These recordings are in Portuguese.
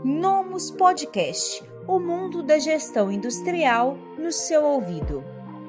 Nomus Podcast, o mundo da gestão industrial no seu ouvido.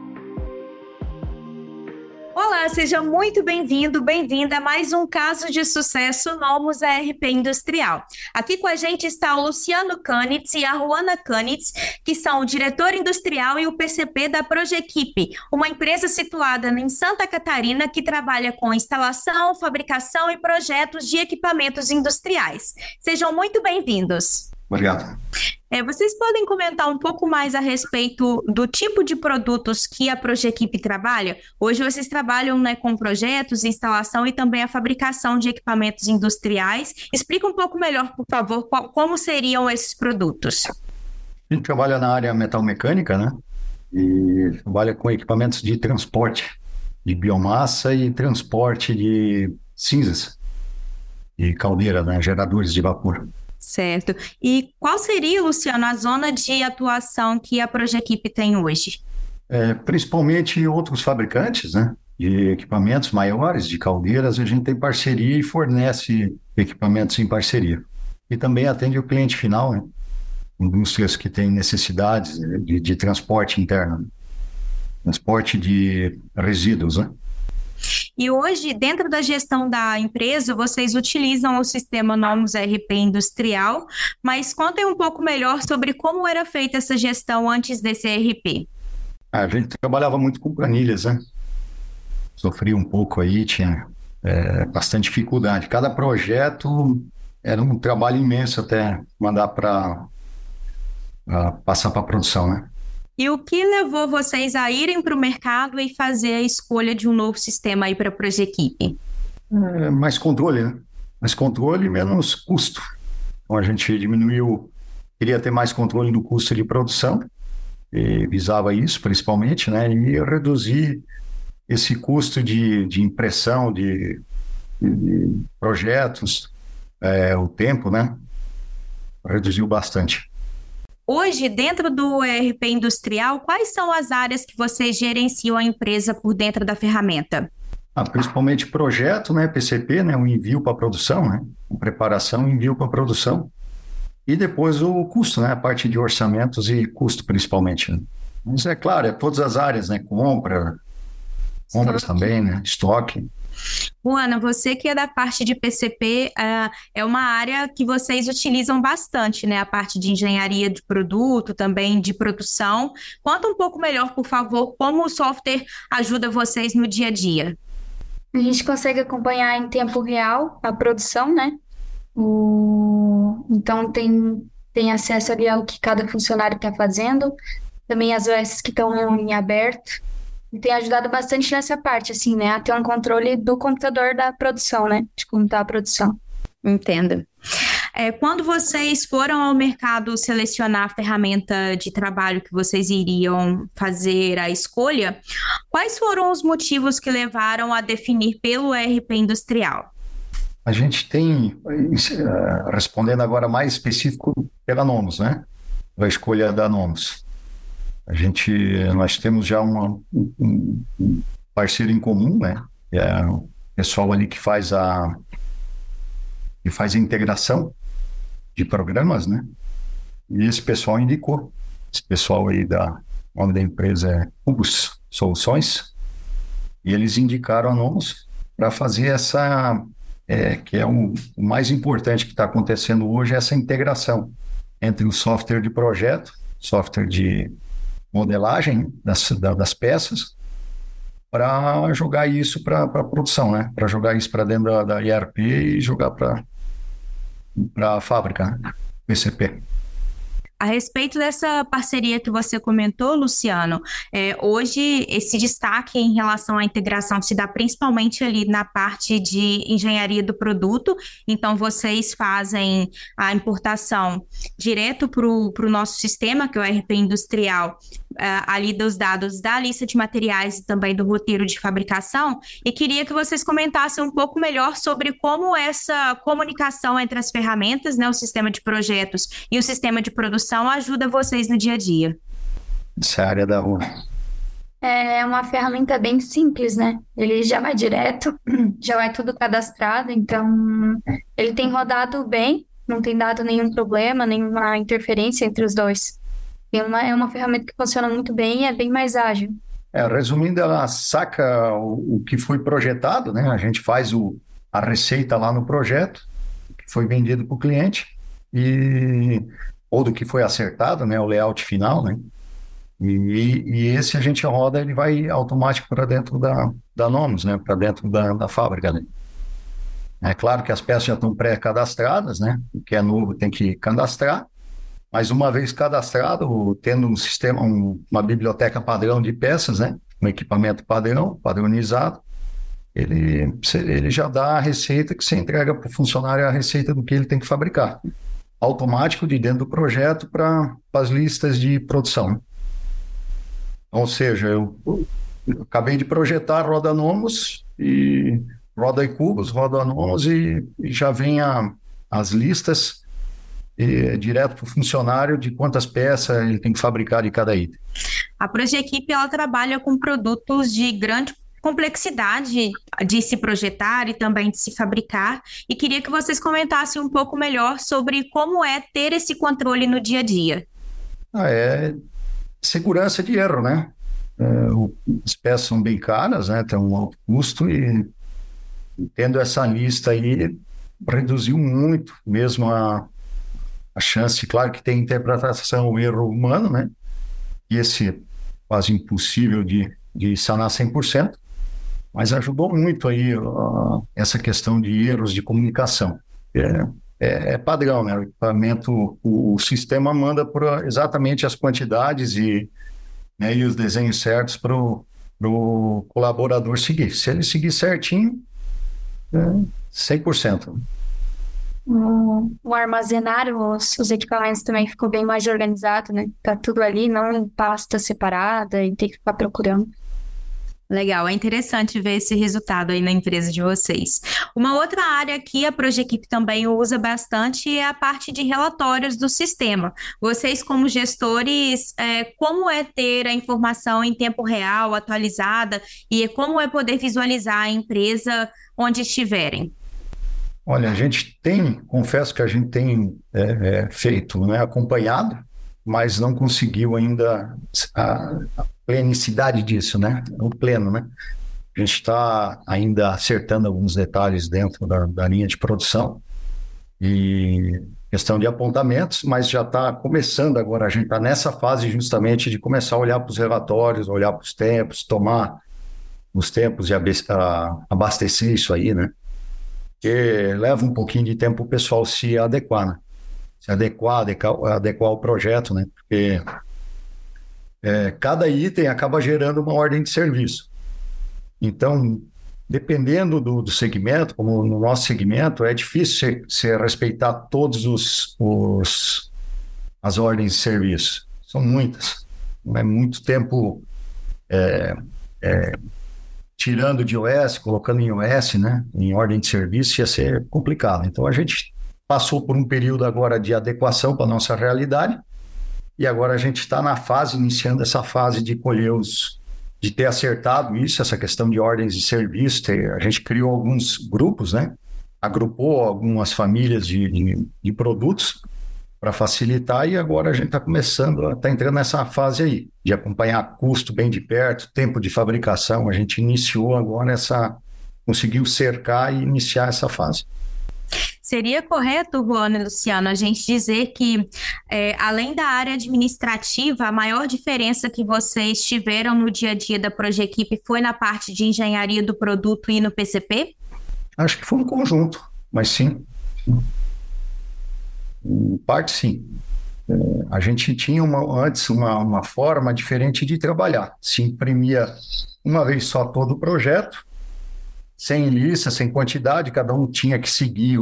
Olá, seja muito bem-vindo, bem-vinda a mais um caso de sucesso Nomus ERP Industrial. Aqui com a gente está o Luciano Kanitz e a Ruana Kanitz, que são o diretor industrial e o PCP da Projequipe, uma empresa situada em Santa Catarina que trabalha com instalação, fabricação e projetos de equipamentos industriais. Sejam muito bem-vindos. Obrigado. Vocês podem comentar um pouco mais a respeito do tipo de produtos que a Projequipe trabalha? Hoje vocês trabalham, com projetos, instalação e também a fabricação de equipamentos industriais. Explica um pouco melhor, por favor, como seriam esses produtos. A gente trabalha na área metalmecânica, né? E trabalha com equipamentos de transporte de biomassa e transporte de cinzas e caldeira, né? Geradores de vapor. Certo. E qual seria, Luciano, a zona de atuação que a Projequipe tem hoje? Principalmente outros fabricantes, né, de equipamentos maiores, de caldeiras, a gente tem parceria e fornece equipamentos em parceria. E também atende o cliente final, né, indústrias que têm necessidades de transporte interno, né, transporte de resíduos, né. E hoje, dentro da gestão da empresa, vocês utilizam o sistema Nomus ERP Industrial, mas contem um pouco melhor sobre como era feita essa gestão antes desse ERP. A gente trabalhava muito com planilhas, né? Sofria um pouco aí, tinha bastante dificuldade. Cada projeto era um trabalho imenso até mandar para passar para a produção, né? E o que levou vocês a irem para o mercado e fazer a escolha de um novo sistema aí para a Projequipe? Mais controle, né? Mais controle e menos custo. Então a gente queria ter mais controle do custo de produção, e visava isso principalmente, né? E reduzir esse custo de impressão de projetos, o tempo, né? Reduziu bastante. Hoje, dentro do ERP Industrial, quais são as áreas que vocês gerenciam a empresa por dentro da ferramenta? Principalmente projeto, né, PCP, né, o envio para a produção, né, preparação e envio para a produção. E depois o custo, né, a parte de orçamentos e custo principalmente. Né. Mas é claro, todas as áreas, né, compras também, né, estoque. Ruana, você que é da parte de PCP, é uma área que vocês utilizam bastante, né? A parte de engenharia de produto, também de produção. Conta um pouco melhor, por favor, como o software ajuda vocês no dia a dia. A gente consegue acompanhar em tempo real a produção, né? Então tem acesso ali ao que cada funcionário está fazendo, também as OS que estão em aberto. E tem ajudado bastante nessa parte, assim, né? A ter um controle do computador da produção, né? De como está a produção. Entendo. Quando vocês foram ao mercado selecionar a ferramenta de trabalho que vocês iriam fazer a escolha, quais foram os motivos que levaram a definir pelo ERP Industrial? A gente tem, respondendo agora mais específico, pela Nomus, né? A escolha da Nomus. Nós temos já um parceiro em comum, né? É o pessoal ali que faz a integração de programas, né? E esse pessoal indicou. Esse pessoal aí o nome da empresa é Cubus Soluções, e eles indicaram a Nomus para fazer essa, que é o mais importante que está acontecendo hoje, essa integração entre o software de projeto, software de modelagem das peças, para jogar isso para a produção, né? Para jogar isso para dentro da ERP e jogar para a fábrica, né? PCP. A respeito dessa parceria que você comentou, Luciano, hoje esse destaque em relação à integração se dá principalmente ali na parte de engenharia do produto, então vocês fazem a importação direto para o nosso sistema, que é o ERP Industrial, ali dos dados da lista de materiais e também do roteiro de fabricação, e queria que vocês comentassem um pouco melhor sobre como essa comunicação entre as ferramentas, né, o sistema de projetos e o sistema de produção ajuda vocês no dia a dia. Essa área da rua. É uma ferramenta bem simples, né? Ele já vai direto, já vai tudo cadastrado, então ele tem rodado bem, não tem dado nenhum problema, nenhuma interferência entre os dois. É uma ferramenta que funciona muito bem e é bem mais ágil. Resumindo, ela saca o que foi projetado, né? A gente faz a receita lá no projeto, que foi vendido para o cliente, ou do que foi acertado, né? O layout final, né? E esse a gente roda, ele vai automático para dentro da Nomus, né? Para dentro da fábrica, né? É claro que as peças já estão pré-cadastradas, né? O que é novo tem que cadastrar, mas uma vez cadastrado, tendo um sistema, uma biblioteca padrão de peças, né? Um equipamento padronizado, ele já dá a receita que você entrega para o funcionário, a receita do que ele tem que fabricar. Automático de dentro do projeto para as listas de produção. Ou seja, eu acabei de projetar roda Nomus e roda iCubus, roda Nomus e já vem as listas direto para o funcionário de quantas peças ele tem que fabricar de cada item. A Projequipe, ela trabalha com produtos de grande complexidade de se projetar e também de se fabricar, e queria que vocês comentassem um pouco melhor sobre como é ter esse controle no dia a dia. É segurança de erro, né? As peças são bem caras, né? Tem um alto custo e tendo essa lista aí reduziu muito mesmo a chance. Claro que tem interpretação, o erro humano, né? E esse quase impossível de sanar 100%, mas ajudou muito aí essa questão de erros de comunicação. É padrão, né? O equipamento, o sistema manda por exatamente as quantidades e os desenhos certos para o colaborador seguir. Se ele seguir certinho, 100%. O armazenar os equipamentos também ficou bem mais organizado, né? Tá tudo ali, não em pasta separada e tem que ficar procurando. Legal, é interessante ver esse resultado aí na empresa de vocês. Uma outra área que a Projequipe também usa bastante é a parte de relatórios do sistema. Vocês, como gestores, como é ter a informação em tempo real, atualizada, e como é poder visualizar a empresa onde estiverem? Olha, confesso que a gente tem feito, né, acompanhado, mas não conseguiu ainda a plenicidade disso, né? O pleno, né? A gente está ainda acertando alguns detalhes dentro da linha de produção e questão de apontamentos, mas já está começando agora, a gente está nessa fase justamente de começar a olhar para os relatórios, olhar para os tempos, tomar os tempos e abastecer isso aí, né? Porque leva um pouquinho de tempo o pessoal se adequar, né? Se adequar ao projeto, né? Porque cada item acaba gerando uma ordem de serviço. Então, dependendo do segmento, como no nosso segmento, é difícil você respeitar todos as ordens de serviço. São muitas. Não é muito tempo tirando de OS, colocando em OS, né? Em ordem de serviço, ia ser complicado. Então, a gente passou por um período agora de adequação para a nossa realidade. E agora a gente está iniciando essa fase de colher de ter acertado isso, essa questão de ordens de serviço. A gente criou alguns grupos, né? Agrupou algumas famílias de produtos para facilitar e agora a gente está entrando nessa fase aí, de acompanhar custo bem de perto, tempo de fabricação. A gente iniciou agora conseguiu cercar e iniciar essa fase. Seria correto, Juan e Luciano, a gente dizer que, além da área administrativa, a maior diferença que vocês tiveram no dia a dia da Projequipe foi na parte de engenharia do produto e no PCP? Acho que foi um conjunto, mas sim. Em parte, sim. A gente tinha antes uma forma diferente de trabalhar. Se imprimia uma vez só todo o projeto, sem lista, sem quantidade, cada um tinha que seguir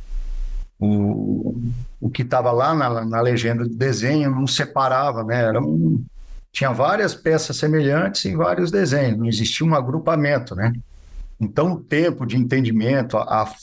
o que estava lá na legenda do desenho, não separava, né? Tinha várias peças semelhantes em vários desenhos, não existia um agrupamento, né? Então, o tempo de entendimento,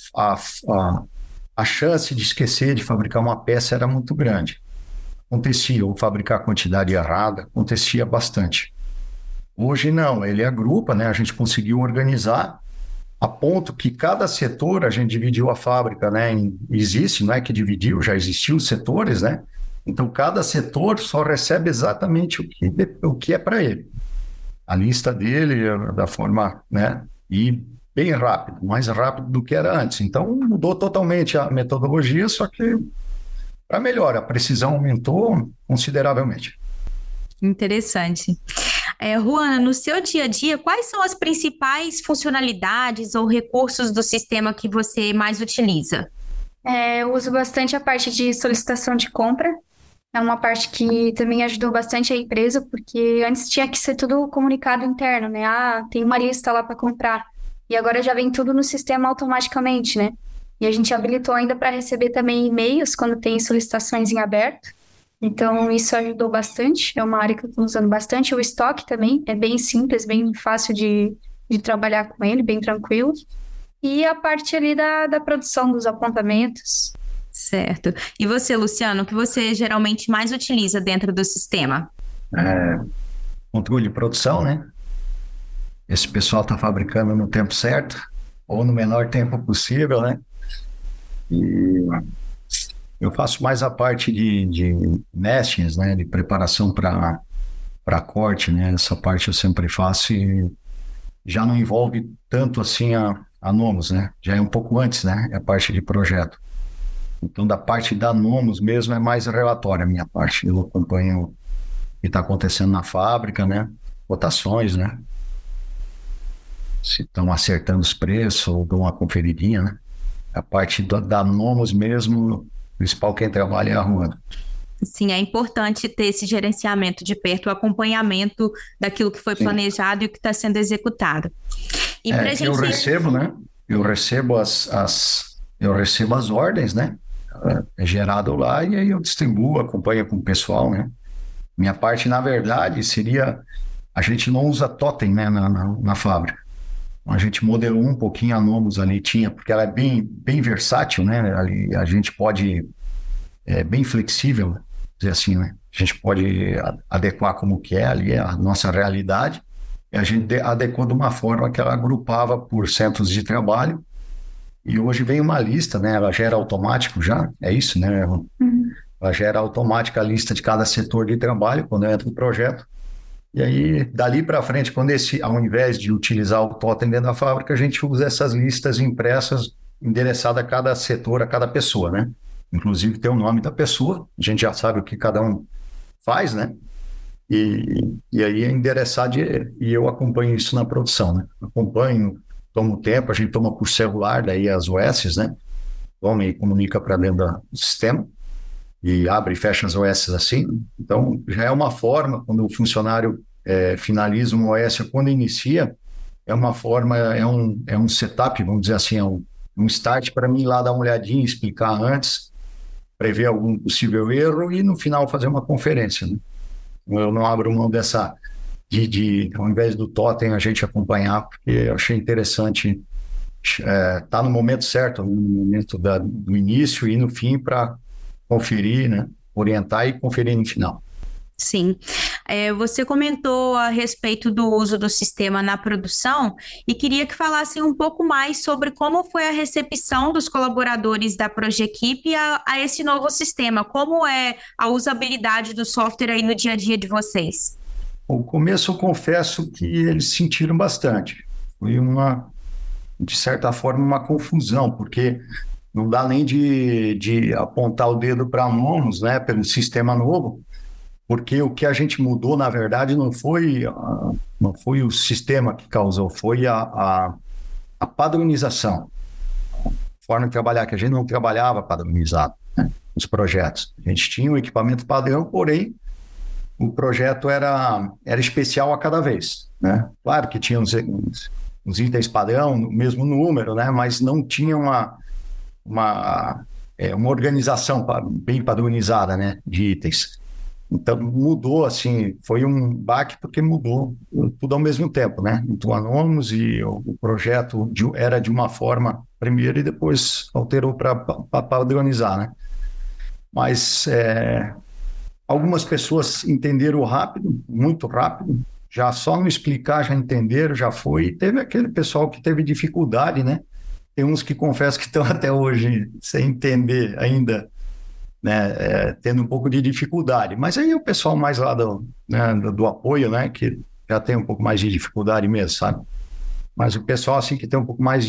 a chance de esquecer de fabricar uma peça era muito grande. Acontecia, ou fabricar a quantidade errada, acontecia bastante. Hoje não, ele agrupa, né? A gente conseguiu organizar a ponto que cada setor, a gente dividiu a fábrica, né, existe, não é que dividiu, já existiam os setores, né? Então, cada setor só recebe exatamente o que é para ele. A lista dele, da forma, né? E bem rápido, mais rápido do que era antes. Então, mudou totalmente a metodologia, só que para melhor, a precisão aumentou consideravelmente. Interessante. Ruana, no seu dia a dia, quais são as principais funcionalidades ou recursos do sistema que você mais utiliza? Eu uso bastante a parte de solicitação de compra. É uma parte que também ajudou bastante a empresa, porque antes tinha que ser tudo comunicado interno, né? Tem uma lista lá para comprar. E agora já vem tudo no sistema automaticamente, né? E a gente habilitou ainda para receber também e-mails quando tem solicitações em aberto. Então, isso ajudou bastante. É uma área que eu estou usando bastante. O estoque também é bem simples, bem fácil de trabalhar com ele, bem tranquilo. E a parte ali da produção dos apontamentos. Certo. E você, Luciano, o que você geralmente mais utiliza dentro do sistema? Controle de produção, né? Esse pessoal está fabricando no tempo certo ou no menor tempo possível, né? E eu faço mais a parte de nestings, né? De preparação para corte, né? Essa parte eu sempre faço e já não envolve tanto assim a Nomus, né? Já é um pouco antes, né? É a parte de projeto. Então, da parte da Nomus mesmo é mais relatório a minha parte. Eu acompanho o que está acontecendo na fábrica, né? Cotações, né? Se estão acertando os preços ou dão uma conferidinha, né? A parte da Nomus mesmo, o principal quem trabalha é a Ruana. Sim, é importante ter esse gerenciamento de perto, o acompanhamento daquilo que foi planejado e o que está sendo executado. E pra gente... Eu recebo, né? Eu recebo as ordens, né? É gerado lá e aí eu distribuo, acompanho com o pessoal, né? Minha parte, na verdade, seria... A gente não usa totem, né, na fábrica. A gente modelou um pouquinho a Nomus ali, porque ela é bem versátil, né? Ali a gente pode... É bem flexível, dizer assim, né? A gente pode adequar como que é ali a nossa realidade. E a gente adequou de uma forma que ela agrupava por centros de trabalho. E hoje vem uma lista, né? Ela gera automático já, é isso, né? Ela gera automática a lista de cada setor de trabalho quando entra o projeto. E aí, dali para frente, ao invés de utilizar o totem dentro da fábrica, a gente usa essas listas impressas, endereçadas a cada setor, a cada pessoa, né? Inclusive tem o nome da pessoa, a gente já sabe o que cada um faz, né? E aí é endereçado e eu acompanho isso na produção, né? Acompanho, tomo tempo, a gente toma por celular, daí as OS, né? Toma e comunica para dentro do sistema e abre e fecha as OS assim. Então, já é uma forma, quando o funcionário finaliza um OS, quando inicia, é uma forma, é um setup, vamos dizer assim, é um start para mim ir lá dar uma olhadinha, explicar antes, prever algum possível erro e no final fazer uma conferência, né? Eu não abro mão dessa, ao invés do totem, a gente acompanhar, porque eu achei interessante estar no momento certo, no momento do início e no fim para conferir, né? Orientar e conferir no final. Sim. Você comentou a respeito do uso do sistema na produção e queria que falasse um pouco mais sobre como foi a recepção dos colaboradores da Progequipe a esse novo sistema. Como é a usabilidade do software aí no dia a dia de vocês? No começo, eu confesso que eles sentiram bastante. Foi de certa forma, uma confusão, porque não dá nem de apontar o dedo para a Nomus, né, pelo sistema novo, porque o que a gente mudou, na verdade, não foi o sistema que causou, foi a padronização. A forma de trabalhar, que a gente não trabalhava padronizado, né, nos projetos. A gente tinha um equipamento padrão, porém, o projeto era especial a cada vez, né? Claro que tinha uns itens padrão, o mesmo número, né? Mas não tinha uma organização bem padronizada, né? De itens. Então, mudou, assim, foi um baque porque mudou tudo ao mesmo tempo, né? Então, a Nomus e o projeto era de uma forma primeiro e depois alterou para padronizar, né? Mas algumas pessoas entenderam rápido, muito rápido, já só no explicar, já entenderam, já foi. E teve aquele pessoal que teve dificuldade, né? Tem uns que confesso que estão até hoje sem entender ainda, né? Tendo um pouco de dificuldade. Mas aí o pessoal mais lá do apoio, né? Que já tem um pouco mais de dificuldade mesmo, sabe? Mas o pessoal, assim, que tem um pouco mais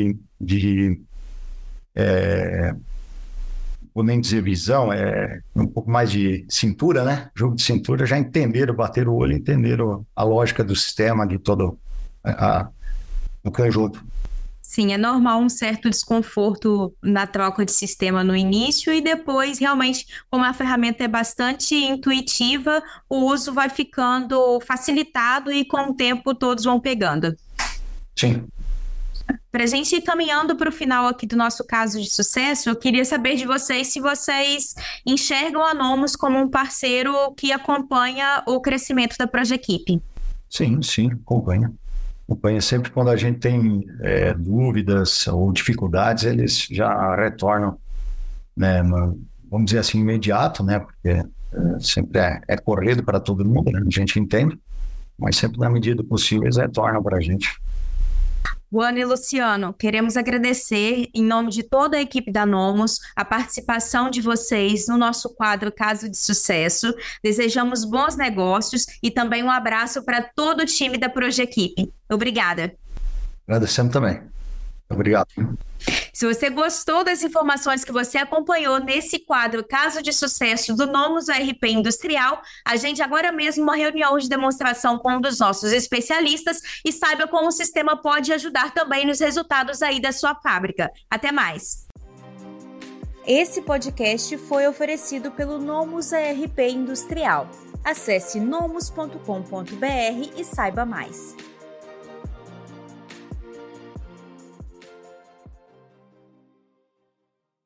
vou nem dizer visão, um pouco mais de cintura, né? Jogo de cintura, já entenderam, bateram o olho, entenderam a lógica do sistema, de todo o conjunto. Sim, é normal um certo desconforto na troca de sistema no início e depois, realmente, como a ferramenta é bastante intuitiva, o uso vai ficando facilitado e com o tempo todos vão pegando. Sim. Para a gente ir caminhando para o final aqui do nosso caso de sucesso, eu queria saber de vocês se vocês enxergam a Nomus como um parceiro que acompanha o crescimento da Projequipe. Sim, acompanha. Acompanha sempre quando a gente tem dúvidas ou dificuldades, eles já retornam, né, vamos dizer assim, imediato, né, porque sempre é corrido para todo mundo, né, a gente entende, mas sempre na medida possível eles retornam para a gente. Juan e Luciano, queremos agradecer, em nome de toda a equipe da Nomus, a participação de vocês no nosso quadro Caso de Sucesso. Desejamos bons negócios e também um abraço para todo o time da Projequipe. Obrigada. Agradecendo também. Obrigado. Se você gostou das informações que você acompanhou nesse quadro Caso de Sucesso do Nomus ERP Industrial, agende agora mesmo uma reunião de demonstração com um dos nossos especialistas e saiba como o sistema pode ajudar também nos resultados aí da sua fábrica. Até mais! Esse podcast foi oferecido pelo Nomus ERP Industrial. Acesse nomus.com.br e saiba mais.